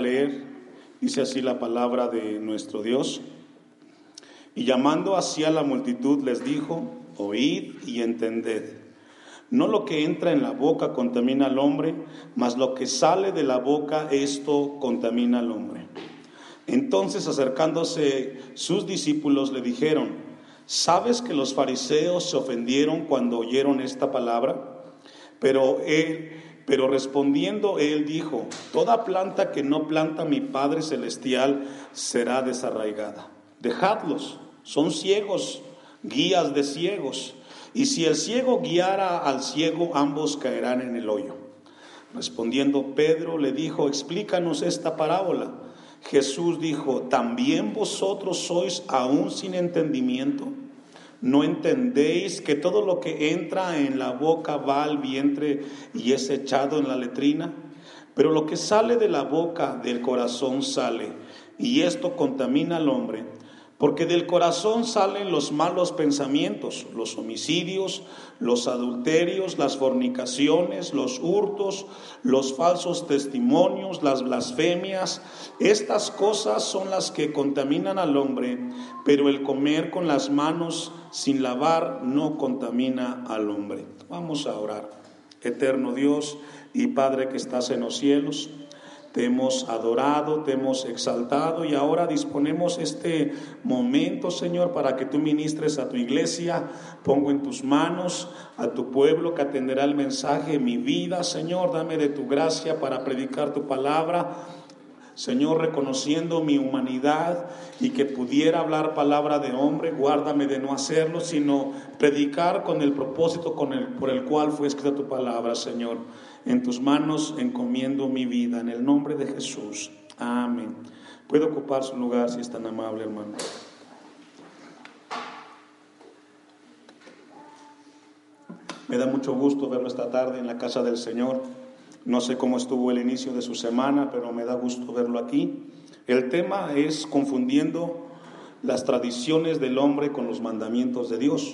leer, dice así la palabra de nuestro Dios. Y llamando así a la multitud les dijo: oíd y entended. No lo que entra en la boca contamina al hombre, mas lo que sale de la boca, esto contamina al hombre. Entonces, acercándose sus discípulos, le dijeron: ¿sabes que los fariseos se ofendieron cuando oyeron esta palabra? Pero respondiendo él dijo: toda planta que no planta mi Padre Celestial será desarraigada. Dejadlos, son ciegos, guías de ciegos. Y si el ciego guiara al ciego, ambos caerán en el hoyo. Respondiendo Pedro le dijo: explícanos esta parábola. Jesús dijo: ¿también vosotros sois aún sin entendimiento? ¿No entendéis que todo lo que entra en la boca va al vientre y es echado en la letrina? Pero lo que sale de la boca, del corazón sale, y esto contamina al hombre. Porque del corazón salen los malos pensamientos, los homicidios, los adulterios, las fornicaciones, los hurtos, los falsos testimonios, las blasfemias. Estas cosas son las que contaminan al hombre, pero el comer con las manos sin lavar no contamina al hombre. Vamos a orar. Eterno Dios y Padre que estás en los cielos, te hemos adorado, te hemos exaltado y ahora disponemos este momento, Señor, para que tú ministres a tu iglesia. Pongo en tus manos a tu pueblo que atenderá el mensaje. Mi vida, Señor, dame de tu gracia para predicar tu palabra. Señor, reconociendo mi humanidad y que pudiera hablar palabra de hombre, guárdame de no hacerlo, sino predicar con el propósito por el cual fue escrita tu palabra, Señor. En tus manos encomiendo mi vida, en el nombre de Jesús. Amén. Puede ocupar su lugar si es tan amable, hermano. Me da mucho gusto verlo esta tarde en la casa del Señor. No sé cómo estuvo el inicio de su semana, pero me da gusto verlo aquí. El tema es confundiendo las tradiciones del hombre con los mandamientos de Dios.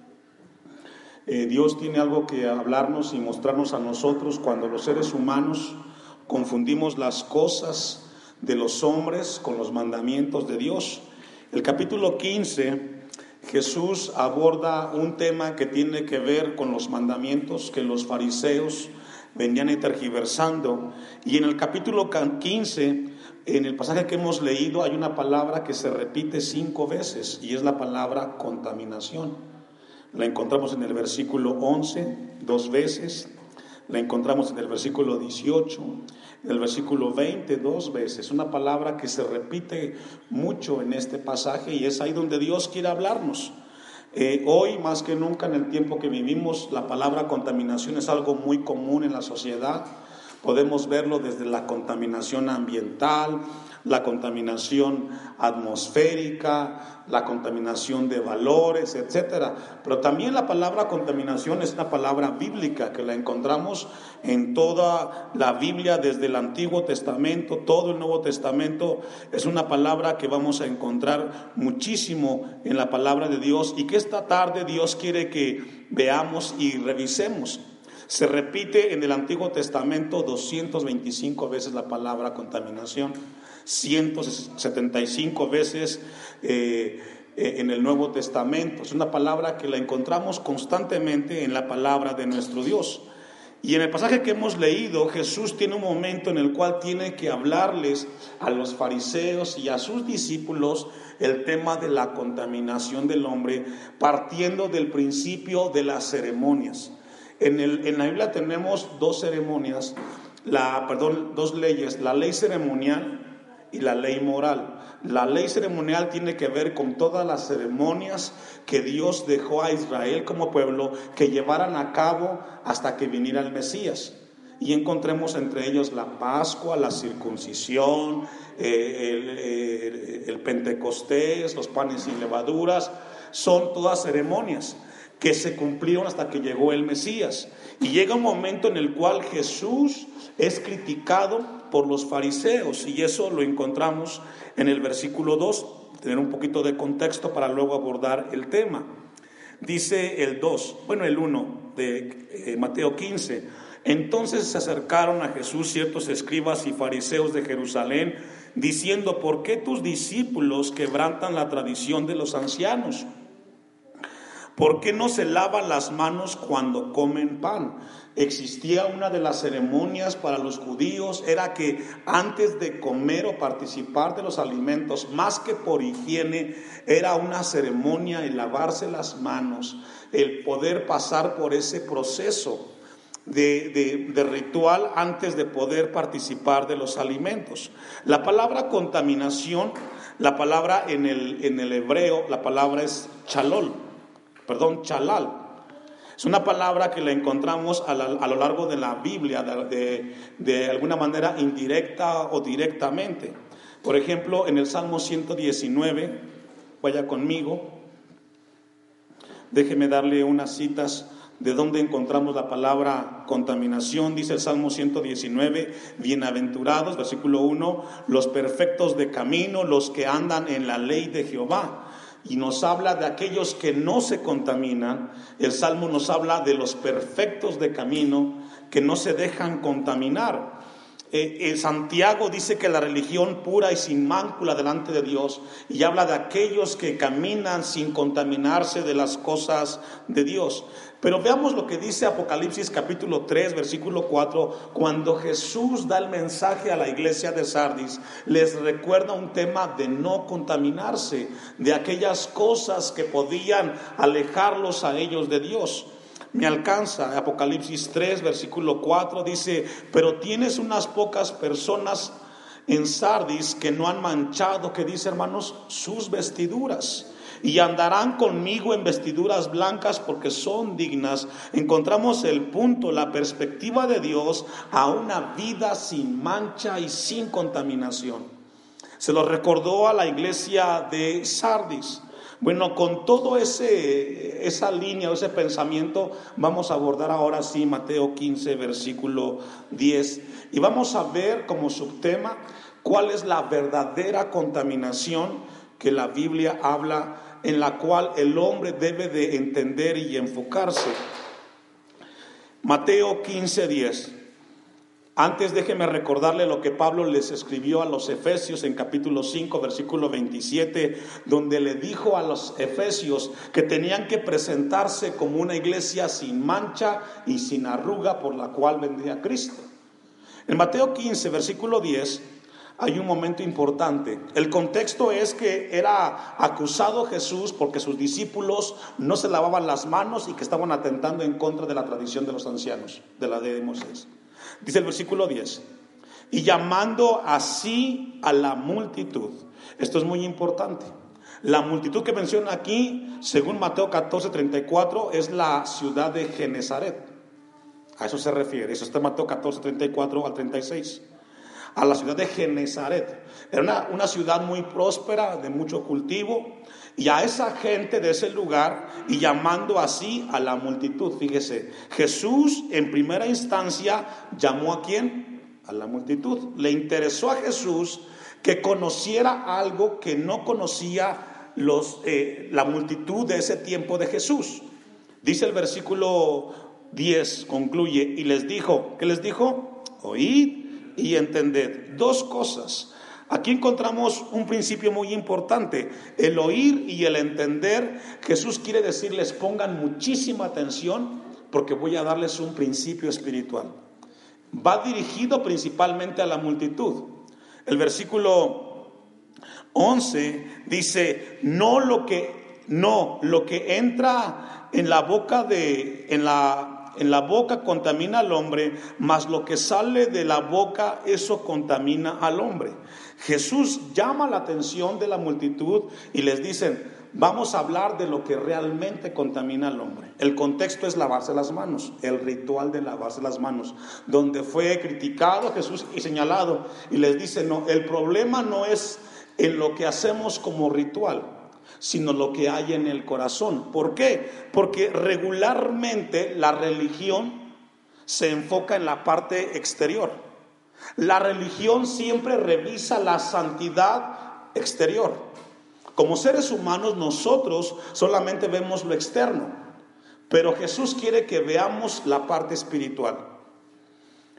Dios tiene algo que hablarnos y mostrarnos a nosotros cuando los seres humanos confundimos las cosas de los hombres con los mandamientos de Dios. El capítulo 15, Jesús aborda un tema que tiene que ver con los mandamientos que los fariseos venían tergiversando. Y en el capítulo 15, en el pasaje que hemos leído, hay una palabra que se repite 5 veces y es la palabra contaminación. La encontramos en el versículo 11 2 veces, la encontramos en el versículo 18, en el versículo 20 2 veces. Una palabra que se repite mucho en este pasaje y es ahí donde Dios quiere hablarnos. Hoy más que nunca en el tiempo que vivimos, la palabra contaminación es algo muy común en la sociedad. Podemos verlo desde la contaminación ambiental, la contaminación atmosférica, la contaminación de valores, etcétera. Pero también la palabra contaminación es una palabra bíblica que la encontramos en toda la Biblia, desde el Antiguo Testamento, todo el Nuevo Testamento. Es una palabra que vamos a encontrar muchísimo en la palabra de Dios y que esta tarde Dios quiere que veamos y revisemos. Se repite en el Antiguo Testamento 225 veces la palabra contaminación, 175 veces en el Nuevo Testamento. Es una palabra que la encontramos constantemente en la palabra de nuestro Dios. Y en el pasaje que hemos leído, Jesús tiene un momento en el cual tiene que hablarles a los fariseos y a sus discípulos el tema de la contaminación del hombre, partiendo del principio de las ceremonias. En la Biblia tenemos 2 ceremonias, 2 leyes, la ley ceremonial y la ley moral. La ley ceremonial tiene que ver con todas las ceremonias que Dios dejó a Israel como pueblo que llevaran a cabo hasta que viniera el Mesías. Y encontremos entre ellos la Pascua, la circuncisión, el Pentecostés, los panes sin levaduras. Son todas ceremonias que se cumplieron hasta que llegó el Mesías. Y llega un momento en el cual Jesús es criticado por los fariseos, y eso lo encontramos en el versículo 2, tener un poquito de contexto para luego abordar el tema. Dice el 1 de Mateo 15: Entonces se acercaron a Jesús ciertos escribas y fariseos de Jerusalén, diciendo: ¿por qué tus discípulos quebrantan la tradición de los ancianos? ¿Por qué no se lavan las manos cuando comen pan? Existía una de las ceremonias para los judíos, era que antes de comer o participar de los alimentos, más que por higiene, era una ceremonia el lavarse las manos, el poder pasar por ese proceso de ritual antes de poder participar de los alimentos. La palabra contaminación, la palabra en el hebreo, la palabra es chalal. Es una palabra que la encontramos a lo largo de la Biblia, de alguna manera indirecta o directamente. Por ejemplo, en el Salmo 119, vaya conmigo, déjeme darle unas citas de donde encontramos la palabra contaminación. Dice el Salmo 119, bienaventurados, versículo 1, los perfectos de camino, los que andan en la ley de Jehová. Y nos habla de aquellos que no se contaminan. El Salmo nos habla de los perfectos de camino, que no se dejan contaminar. Santiago dice que la religión pura y sin mácula delante de Dios, y habla de aquellos que caminan sin contaminarse de las cosas de Dios. Pero veamos lo que dice Apocalipsis capítulo 3, versículo 4, cuando Jesús da el mensaje a la iglesia de Sardis, les recuerda un tema de no contaminarse, de aquellas cosas que podían alejarlos a ellos de Dios. Me alcanza, Apocalipsis 3, versículo 4, dice: pero tienes unas pocas personas en Sardis que no han manchado, que dice, hermanos, sus vestiduras, y andarán conmigo en vestiduras blancas porque son dignas. Encontramos el punto, la perspectiva de Dios a una vida sin mancha y sin contaminación. Se lo recordó a la iglesia de Sardis. Bueno, con todo esa línea, ese pensamiento, vamos a abordar ahora sí Mateo 15, versículo 10. Y vamos a ver como subtema cuál es la verdadera contaminación que la Biblia habla, en la cual el hombre debe de entender y enfocarse. Mateo 15, 10. Antes déjeme recordarle lo que Pablo les escribió a los Efesios en capítulo 5, versículo 27, donde le dijo a los Efesios que tenían que presentarse como una iglesia sin mancha y sin arruga, por la cual vendría Cristo. En Mateo 15, versículo 10, hay un momento importante. El contexto es que era acusado Jesús porque sus discípulos no se lavaban las manos y que estaban atentando en contra de la tradición de los ancianos, de la ley de Moisés. Dice el versículo 10, y llamando así a la multitud. Esto es muy importante. La multitud que menciona aquí, según Mateo 14, 34, es la ciudad de Genesaret. A eso se refiere. Eso está en Mateo 14, 34 al 36. A la ciudad de Genesaret. Era una ciudad muy próspera, de mucho cultivo. Y a esa gente de ese lugar, y llamando así a la multitud. Fíjese, Jesús en primera instancia llamó ¿a quién? A la multitud. Le interesó a Jesús que conociera algo que no conocía la multitud de ese tiempo de Jesús. Dice el versículo 10, concluye, y les dijo, ¿qué les dijo? Oíd y entended. Dos cosas. Aquí encontramos un principio muy importante, el oír y el entender. Jesús quiere decirles: pongan muchísima atención porque voy a darles un principio espiritual. Va dirigido principalmente a la multitud. El versículo 11 dice: lo que entra en la boca en la boca contamina al hombre, mas lo que sale de la boca, eso contamina al hombre. Jesús llama la atención de la multitud y les dicen: vamos a hablar de lo que realmente contamina al hombre. El contexto es lavarse las manos, el ritual de lavarse las manos, donde fue criticado Jesús y señalado. Y les dice: no, el problema no es en lo que hacemos como ritual, sino lo que hay en el corazón. ¿Por qué? Porque regularmente la religión se enfoca en la parte exterior. La religión siempre revisa la santidad exterior. Como seres humanos nosotros solamente vemos lo externo, pero Jesús quiere que veamos la parte espiritual.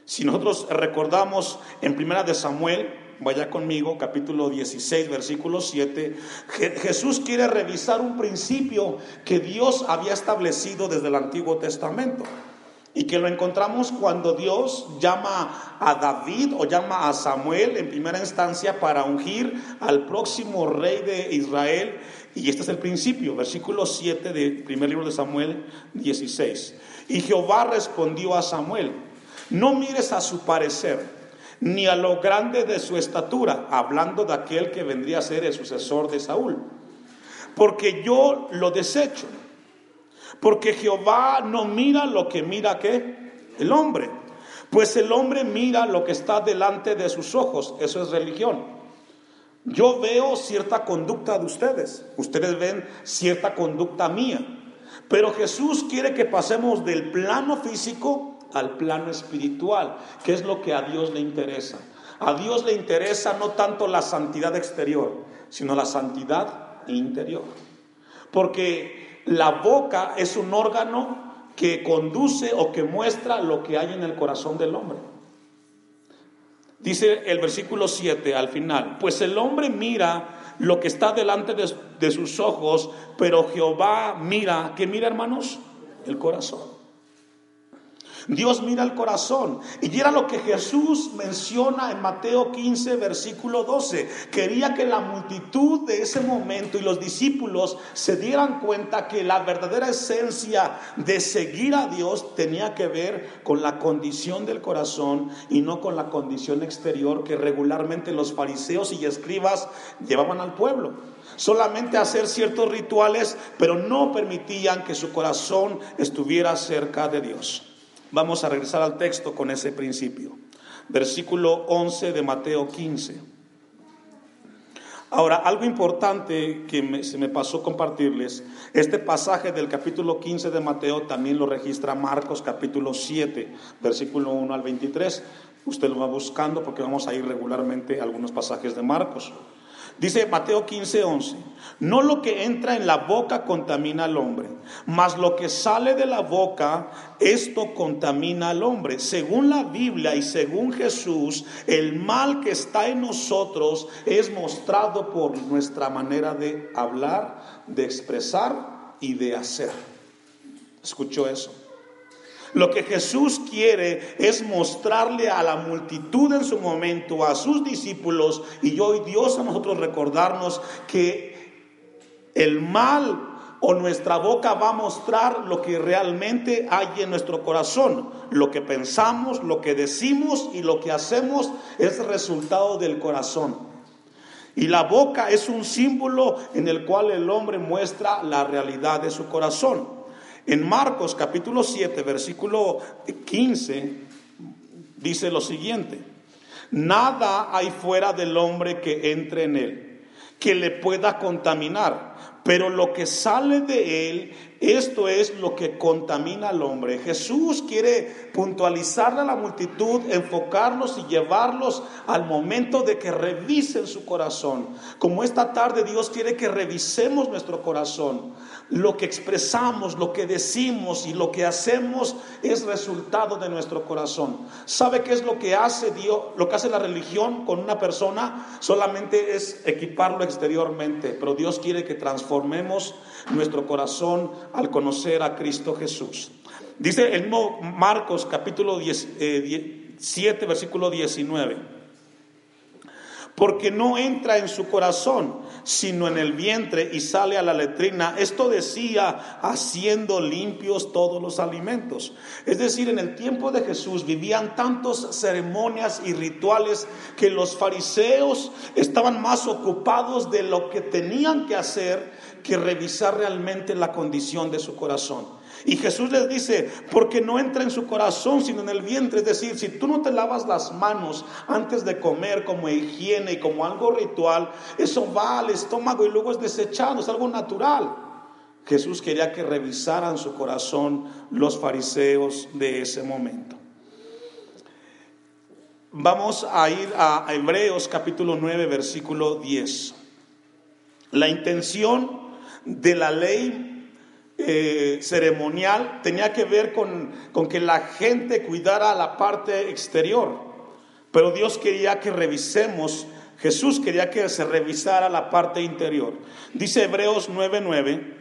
Si nosotros recordamos en Primera de Samuel, vaya conmigo, capítulo 16, versículo 7, Jesús quiere revisar un principio que Dios había establecido desde el Antiguo Testamento y que lo encontramos cuando Dios llama a David o llama a Samuel en primera instancia para ungir al próximo rey de Israel. Y este es el principio, versículo 7 del primer libro de Samuel 16. Y Jehová respondió a Samuel: no mires a su parecer, ni a lo grande de su estatura, hablando de aquel que vendría a ser el sucesor de Saúl, porque yo lo desecho. Porque Jehová no mira lo que mira ¿qué? El hombre. Pues el hombre mira lo que está delante de sus ojos. Eso es religión. Yo veo cierta conducta de ustedes. Ustedes ven cierta conducta mía. Pero Jesús quiere que pasemos del plano físico al plano espiritual, que es lo que a Dios le interesa. A Dios le interesa no tanto la santidad exterior, sino la santidad interior. Porque la boca es un órgano que conduce o que muestra lo que hay en el corazón del hombre. Dice el versículo 7 al final: pues el hombre mira lo que está delante de sus ojos, pero Jehová mira, ¿qué mira, hermanos? El corazón. Dios mira el corazón. Y era lo que Jesús menciona en Mateo 15, versículo 12. Quería que la multitud de ese momento y los discípulos se dieran cuenta que la verdadera esencia de seguir a Dios tenía que ver con la condición del corazón y no con la condición exterior que regularmente los fariseos y escribas llevaban al pueblo. Solamente hacer ciertos rituales, pero no permitían que su corazón estuviera cerca de Dios. Vamos a regresar al texto con ese principio. Versículo 11 de Mateo 15. Ahora, algo importante que se me pasó compartirles, este pasaje del capítulo 15 de Mateo también lo registra Marcos capítulo 7, versículo 1 al 23. Usted lo va buscando porque vamos a ir regularmente a algunos pasajes de Marcos. Dice Mateo 15, 11: no lo que entra en la boca contamina al hombre, mas lo que sale de la boca, esto contamina al hombre. Según la Biblia y según Jesús, el mal que está en nosotros es mostrado por nuestra manera de hablar, de expresar y de hacer. ¿Escuchó eso? Lo que Jesús quiere es mostrarle a la multitud en su momento, a sus discípulos, y hoy Dios a nosotros recordarnos que el mal o nuestra boca va a mostrar lo que realmente hay en nuestro corazón. Lo que pensamos, lo que decimos y lo que hacemos es resultado del corazón. Y la boca es un símbolo en el cual el hombre muestra la realidad de su corazón. En Marcos capítulo 7, versículo 15, dice lo siguiente: nada hay fuera del hombre que entre en él, que le pueda contaminar, pero lo que sale de él, esto es lo que contamina al hombre. Jesús quiere puntualizarle a la multitud, enfocarlos y llevarlos al momento de que revisen su corazón. Como esta tarde Dios quiere que revisemos nuestro corazón. Lo que expresamos, lo que decimos y lo que hacemos es resultado de nuestro corazón. ¿Sabe qué es lo que hace Dios, lo que hace la religión con una persona? Solamente es equiparlo exteriormente, pero Dios quiere que transformemos nuestro corazón al conocer a Cristo Jesús. Dice el mismo Marcos capítulo 7, versículo 19: porque no entra en su corazón, sino en el vientre y sale a la letrina. Esto decía, haciendo limpios todos los alimentos. Es decir, en el tiempo de Jesús vivían tantas ceremonias y rituales que los fariseos estaban más ocupados de lo que tenían que hacer que revisar realmente la condición de su corazón. Y Jesús les dice, porque no entra en su corazón sino en el vientre. Es decir, si tú no te lavas las manos antes de comer como higiene y como algo ritual, eso va al estómago y luego es desechado, es algo natural. Jesús quería que revisaran su corazón los fariseos de ese momento. Vamos a ir a Hebreos capítulo 9, versículo 10. La intención de la ley ceremonial tenía que ver con que la gente cuidara la parte exterior, pero Dios quería que revisemos, Jesús quería que se revisara la parte interior. Dice Hebreos 9:9,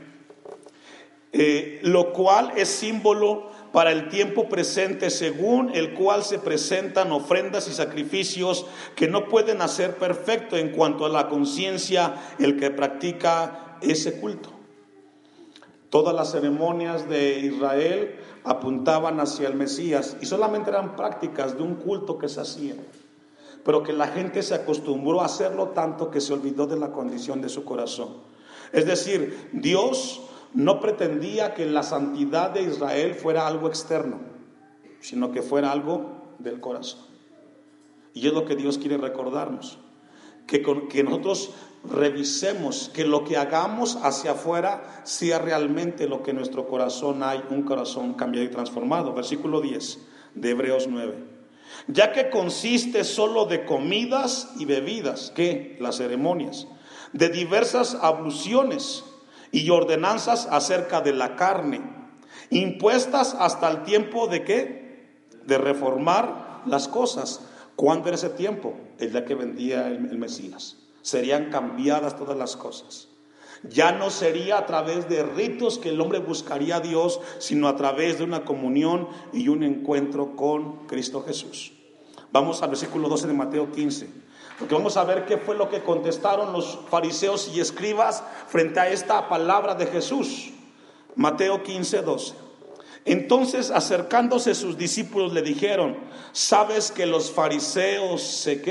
lo cual es símbolo para el tiempo presente, según el cual se presentan ofrendas y sacrificios que no pueden hacer perfecto en cuanto a la conciencia el que practica ese culto. Todas las ceremonias de Israel apuntaban hacia el Mesías y solamente eran prácticas de un culto que se hacía, pero que la gente se acostumbró a hacerlo tanto que se olvidó de la condición de su corazón. Es decir, Dios no pretendía que la santidad de Israel fuera algo externo, sino que fuera algo del corazón. Y es lo que Dios quiere recordarnos, que nosotros revisemos, que lo que hagamos hacia afuera sea realmente lo que en nuestro corazón hay, un corazón cambiado y transformado. Versículo 10 de Hebreos 9. Ya que consiste solo de comidas y bebidas, ¿qué? Las ceremonias, de diversas abluciones y ordenanzas acerca de la carne, impuestas hasta el tiempo de ¿qué? De reformar las cosas. ¿Cuándo era ese tiempo? El día que vendía el Mesías. Serían cambiadas todas las cosas. Ya no sería a través de ritos que el hombre buscaría a Dios, sino a través de una comunión y un encuentro con Cristo Jesús. Vamos al versículo 12 de Mateo 15. Porque vamos a ver qué fue lo que contestaron los fariseos y escribas frente a esta palabra de Jesús. Mateo 15:12. Entonces, acercándose sus discípulos, le dijeron: ¿sabes que los fariseos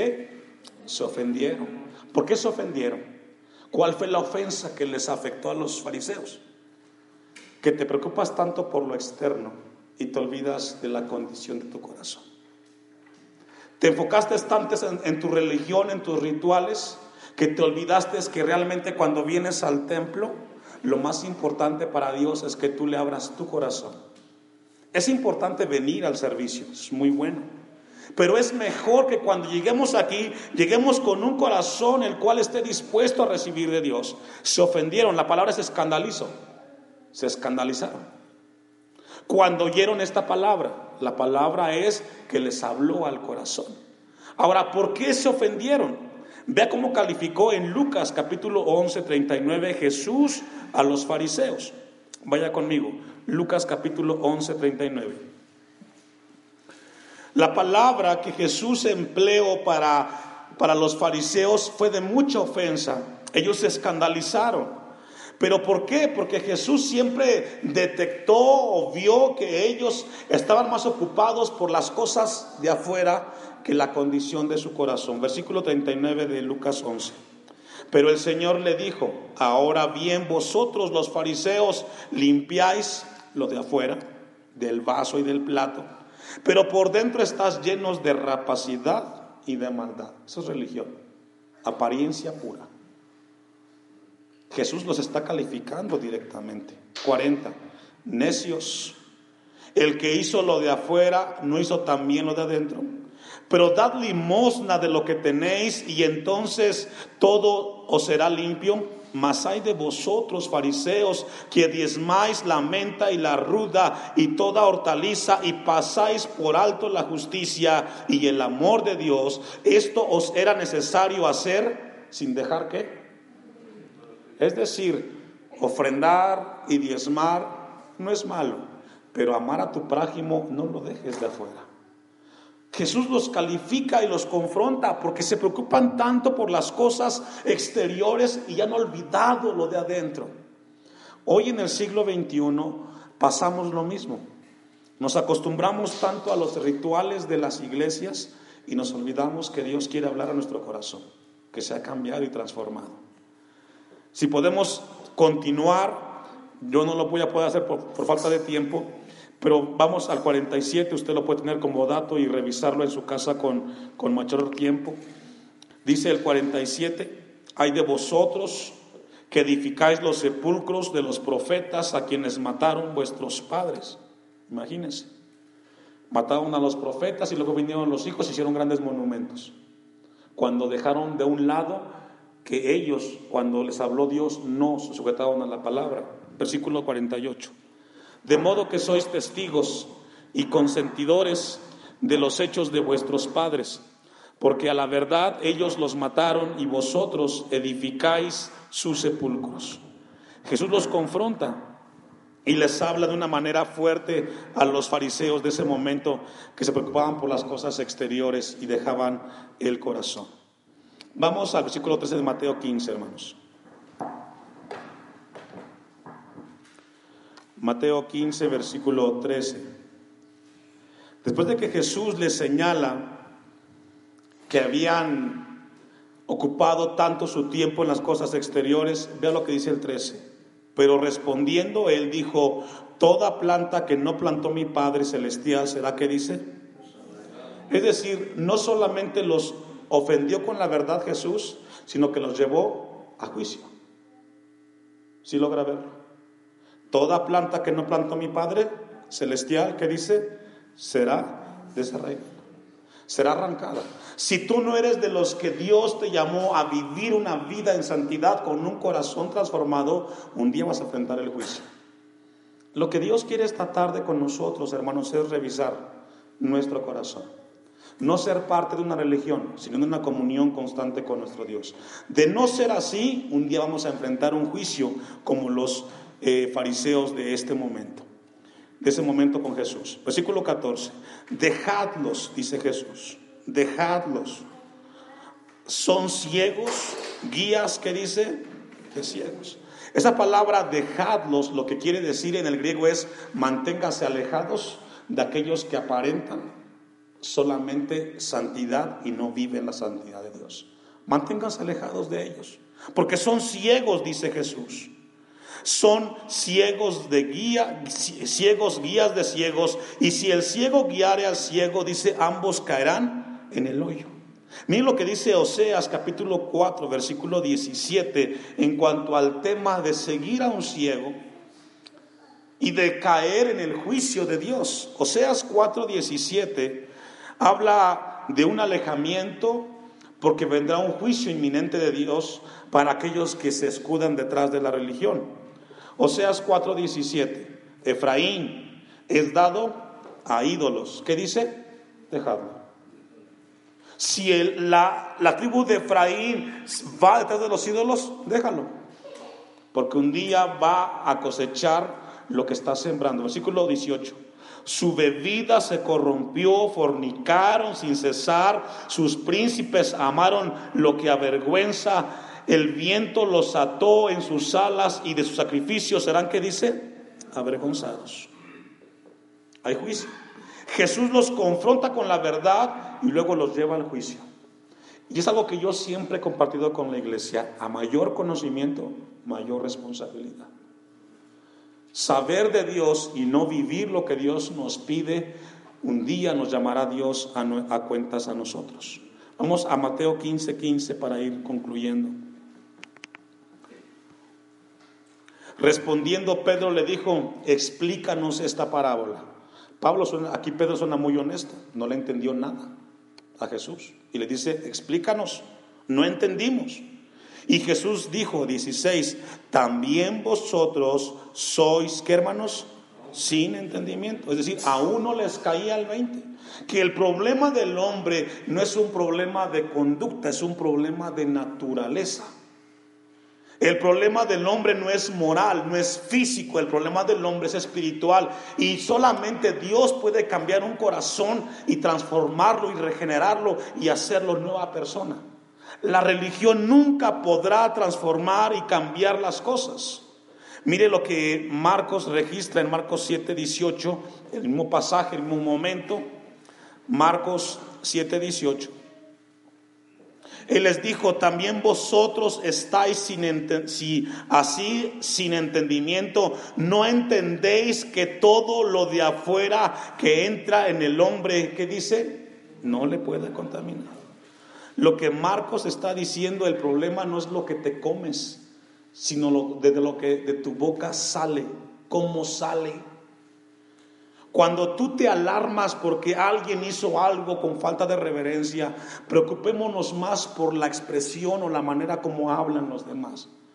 se ofendieron? ¿Por qué se ofendieron? ¿Cuál fue la ofensa que les afectó a los fariseos? Que te preocupas tanto por lo externo y te olvidas de la condición de tu corazón. Te enfocaste tanto en tu religión, en tus rituales, que te olvidaste que realmente cuando vienes al templo, lo más importante para Dios es que tú le abras tu corazón. Es importante venir al servicio, es muy bueno, pero es mejor que cuando lleguemos aquí, lleguemos con un corazón el cual esté dispuesto a recibir de Dios. Se ofendieron, la palabra es escandalizó, se escandalizaron cuando oyeron esta palabra. La palabra es que les habló al corazón. Ahora, ¿por qué se ofendieron? Vea cómo calificó en Lucas capítulo 11:39 Jesús a los fariseos. Vaya conmigo, Lucas capítulo 11:39. La palabra que Jesús empleó para los fariseos fue de mucha ofensa. Ellos se escandalizaron. ¿Pero por qué? Porque Jesús siempre detectó o vio que ellos estaban más ocupados por las cosas de afuera que la condición de su corazón. Versículo 39 de Lucas 11. Pero el Señor le dijo: ahora bien, vosotros los fariseos limpiáis lo de afuera, del vaso y del plato, pero por dentro estás llenos de rapacidad y de maldad. Eso es religión, apariencia pura. Jesús los está calificando directamente. 40. Necios, el que hizo lo de afuera, ¿no hizo también lo de adentro? Pero dad limosna de lo que tenéis, y entonces todo os será limpio. Mas hay de vosotros, fariseos, que diezmáis la menta y la ruda y toda hortaliza, y pasáis por alto la justicia y el amor de Dios. Esto os era necesario hacer sin dejar ¿qué? Es decir, ofrendar y diezmar no es malo, pero amar a tu prójimo no lo dejes de afuera. Jesús los califica y los confronta porque se preocupan tanto por las cosas exteriores y han olvidado lo de adentro. Hoy en el siglo XXI pasamos lo mismo. Nos acostumbramos tanto a los rituales de las iglesias y nos olvidamos que Dios quiere hablar a nuestro corazón, que se ha cambiado y transformado. Si podemos continuar, yo no lo voy a poder hacer por falta de tiempo, pero vamos al 47, usted lo puede tener como dato y revisarlo en su casa con mayor tiempo. Dice el 47, hay de vosotros que edificáis los sepulcros de los profetas a quienes mataron vuestros padres. Imagínense, mataron a los profetas y luego vinieron los hijos y hicieron grandes monumentos, cuando dejaron de un lado que ellos, cuando les habló Dios, no se sujetaban a la palabra. versículo 48. De modo que sois testigos y consentidores de los hechos de vuestros padres, porque a la verdad ellos los mataron y vosotros edificáis sus sepulcros. Jesús los confronta y les habla de una manera fuerte a los fariseos de ese momento, que se preocupaban por las cosas exteriores y dejaban el corazón. Vamos al versículo 13 de Mateo 15, hermanos. Mateo 15, versículo 13. Después de que Jesús les señala que habían ocupado tanto su tiempo en las cosas exteriores, vea lo que dice el 13. Pero respondiendo él dijo: toda planta que no plantó mi Padre Celestial será, ¿qué dice? Es decir, no solamente los ofendió con la verdad Jesús, sino que los llevó a juicio. ¿Sí logra verlo? Toda planta que no plantó mi Padre Celestial, ¿qué dice? Será desarraigada, será arrancada. Si tú no eres de los que Dios te llamó a vivir una vida en santidad con un corazón transformado, un día vas a enfrentar el juicio. Lo que Dios quiere esta tarde con nosotros, hermanos, es revisar nuestro corazón. No ser parte de una religión, sino de una comunión constante con nuestro Dios. De no ser así, un día vamos a enfrentar un juicio como los fariseos de ese momento con Jesús. Versículo 14. Dejadlos, dice Jesús, dejadlos. Son ciegos, guías, ¿qué dice? De ciegos. Esa palabra dejadlos, lo que quiere decir en el griego es: manténgase alejados de aquellos que aparentan solamente santidad y no viven la santidad de Dios. Manténganse alejados de ellos, porque son ciegos, dice Jesús. Son ciegos de guía, ciegos, guías de ciegos, y si el ciego guiare al ciego, dice, ambos caerán en el hoyo. Miren lo que dice Oseas capítulo 4 versículo 17 en cuanto al tema de seguir a un ciego y de caer en el juicio de Dios. Oseas 4:17 habla de un alejamiento, porque vendrá un juicio inminente de Dios para aquellos que se escudan detrás de la religión. Oseas 4:17, Efraín es dado a ídolos. ¿Qué dice? Dejadlo. Si la tribu de Efraín va detrás de los ídolos, déjalo, porque un día va a cosechar lo que está sembrando. Versículo 18. Su bebida se corrompió, fornicaron sin cesar, sus príncipes amaron lo que avergüenza, el viento los ató en sus alas y de sus sacrificios serán, ¿qué dice? Avergonzados. Hay juicio. Jesús los confronta con la verdad y luego los lleva al juicio. Y es algo que yo siempre he compartido con la iglesia: a mayor conocimiento, mayor responsabilidad. Saber de Dios y no vivir lo que Dios nos pide, un día nos llamará Dios a cuentas a nosotros. Vamos a Mateo 15:15 para ir concluyendo. Respondiendo Pedro le dijo: explícanos esta parábola. Aquí Pedro suena muy honesto, no le entendió nada a Jesús y le dice: explícanos, no entendimos. Y Jesús dijo, 16, también vosotros sois, ¿qué, hermanos? Sin entendimiento. Es decir, aún no les caía el 20. Que el problema del hombre no es un problema de conducta, es un problema de naturaleza. El problema del hombre no es moral, no es físico, el problema del hombre es espiritual. Y solamente Dios puede cambiar un corazón y transformarlo y regenerarlo y hacerlo nueva persona. La religión nunca podrá transformar y cambiar las cosas. Mire lo que Marcos registra en Marcos 7:18, el mismo pasaje, el mismo momento. Marcos 7:18. Él les dijo: también vosotros estáis sin entendimiento, no entendéis que todo lo de afuera que entra en el hombre, ¿qué dice? No le puede contaminar. Lo que Marcos está diciendo, el problema no es lo que te comes, sino lo que de tu boca sale, cómo sale. Cuando tú te alarmas porque alguien hizo algo con falta de reverencia, preocupémonos más por la expresión o la manera como hablan los demás.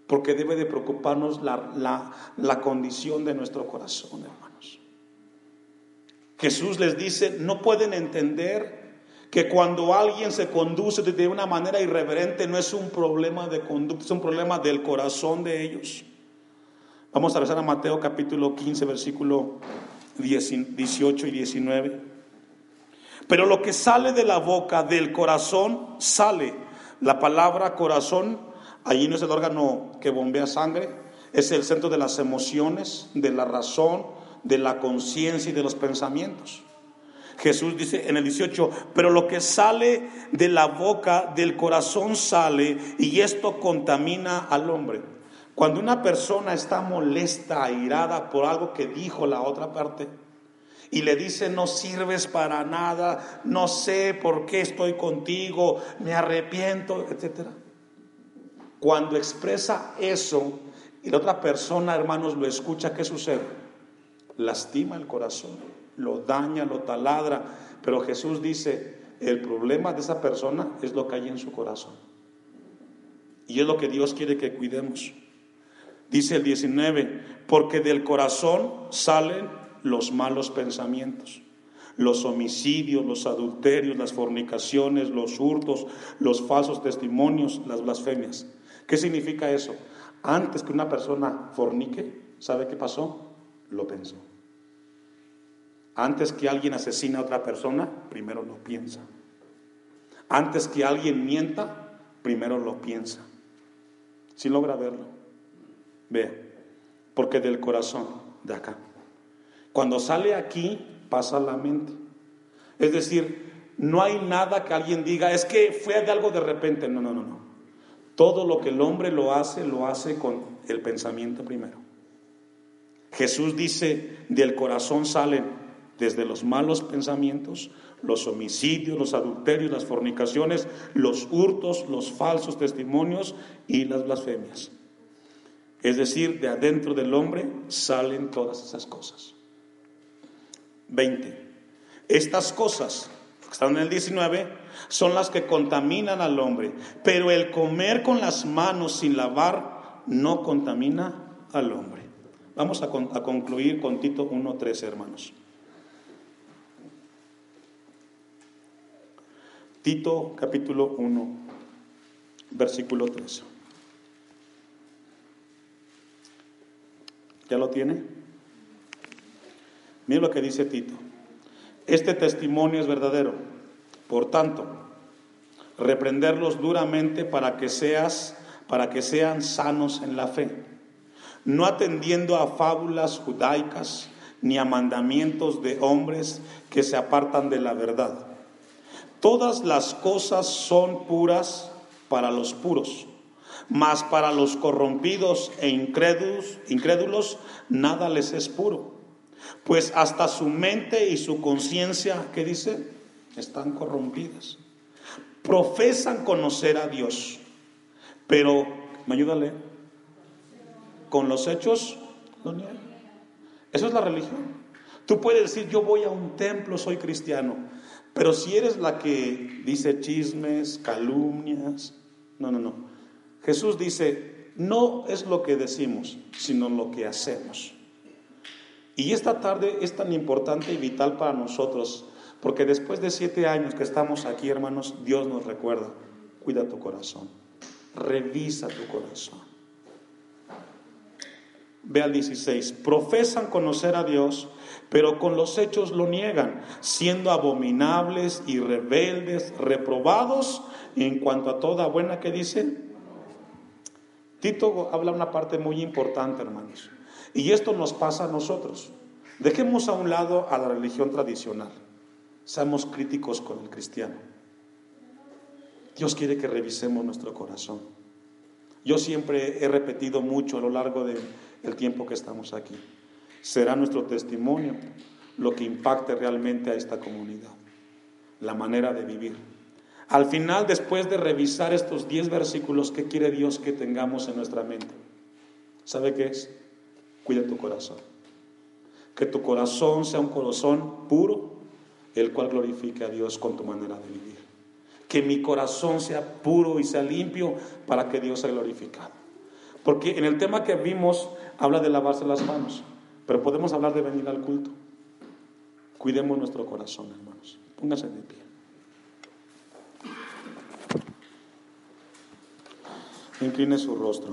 porque debe de preocuparnos la condición de nuestro corazón, hermanos. Jesús les dice, no pueden entender que cuando alguien se conduce de una manera irreverente no es un problema de conducta, es un problema del corazón de ellos. Vamos a regresar a Mateo capítulo 15, versículo 18 y 19. Pero lo que sale de la boca, del corazón, sale. La palabra corazón, allí no es el órgano que bombea sangre, es el centro de las emociones, de la razón, de la conciencia y de los pensamientos. Jesús dice en el 18, pero lo que sale de la boca, del corazón sale, y esto contamina al hombre. Cuando una persona está molesta, airada por algo que dijo la otra parte, y le dice, no sirves para nada, no sé por qué estoy contigo, me arrepiento, etc. Cuando expresa eso y la otra persona, hermanos, lo escucha, ¿qué sucede? Lastima el corazón, lo daña, lo taladra. Pero Jesús dice, el problema de esa persona es lo que hay en su corazón. Y es lo que Dios quiere que cuidemos. Dice el 19, porque del corazón salen los malos pensamientos, los homicidios, los adulterios, las fornicaciones, los hurtos, los falsos testimonios, las blasfemias. ¿Qué significa eso? Antes que una persona fornique, ¿sabe qué pasó? Lo pensó. Antes que alguien asesine a otra persona, primero lo piensa. Antes que alguien mienta, primero lo piensa. ¿Sí logra verlo? Vea, porque del corazón, de acá. Cuando sale aquí, pasa a la mente. Es decir, no hay nada que alguien diga, es que fue de algo de repente. No. Todo lo que el hombre lo hace con el pensamiento primero. Jesús dice, del corazón salen desde los malos pensamientos, los homicidios, los adulterios, las fornicaciones, los hurtos, los falsos testimonios y las blasfemias. Es decir, de adentro del hombre salen todas esas cosas. 20. Estas cosas, que están en el 19, son las que contaminan al hombre, pero el comer con las manos sin lavar no contamina al hombre. Vamos a concluir con Tito 1:13, hermanos. Tito capítulo 1, versículo 13. ¿Ya lo tiene? Mira lo que dice Tito. Este testimonio es verdadero. Por tanto, reprenderlos duramente para que sean sanos en la fe, no atendiendo a fábulas judaicas ni a mandamientos de hombres que se apartan de la verdad. Todas las cosas son puras para los puros, mas para los corrompidos e incrédulos nada les es puro, pues hasta su mente y su conciencia, ¿qué dice? Están corrompidas. Profesan conocer a Dios, pero, ¿me ayuda a leer? Con los hechos lo niegan. Eso es la religión. Tú puedes decir, yo voy a un templo, soy cristiano, pero si eres la que dice chismes, calumnias, no. Jesús dice, no es lo que decimos, sino lo que hacemos. Y esta tarde es tan importante y vital para nosotros, porque después de 7 años que estamos aquí, hermanos, Dios nos recuerda, cuida tu corazón, revisa tu corazón. Ve al 16, profesan conocer a Dios, pero con los hechos lo niegan, siendo abominables y rebeldes, reprobados en cuanto a toda buena, ¿qué dice? Tito habla una parte muy importante, hermanos, y esto nos pasa a nosotros. Dejemos a un lado a la religión tradicional, seamos críticos con el cristiano. Dios quiere que revisemos nuestro corazón. Yo siempre he repetido mucho a lo largo del tiempo que estamos aquí. Será nuestro testimonio lo que impacte realmente a esta comunidad, la manera de vivir. Al final, después de revisar estos 10 versículos, ¿qué quiere Dios que tengamos en nuestra mente? ¿Sabe qué es? Cuida tu corazón. Que tu corazón sea un corazón puro, el cual glorifique a Dios con tu manera de vivir. Que mi corazón sea puro y sea limpio para que Dios sea glorificado. Porque en el tema que vimos habla de lavarse las manos, pero podemos hablar de venir al culto. Cuidemos nuestro corazón, hermanos. Pónganse de pie. Incline su rostro.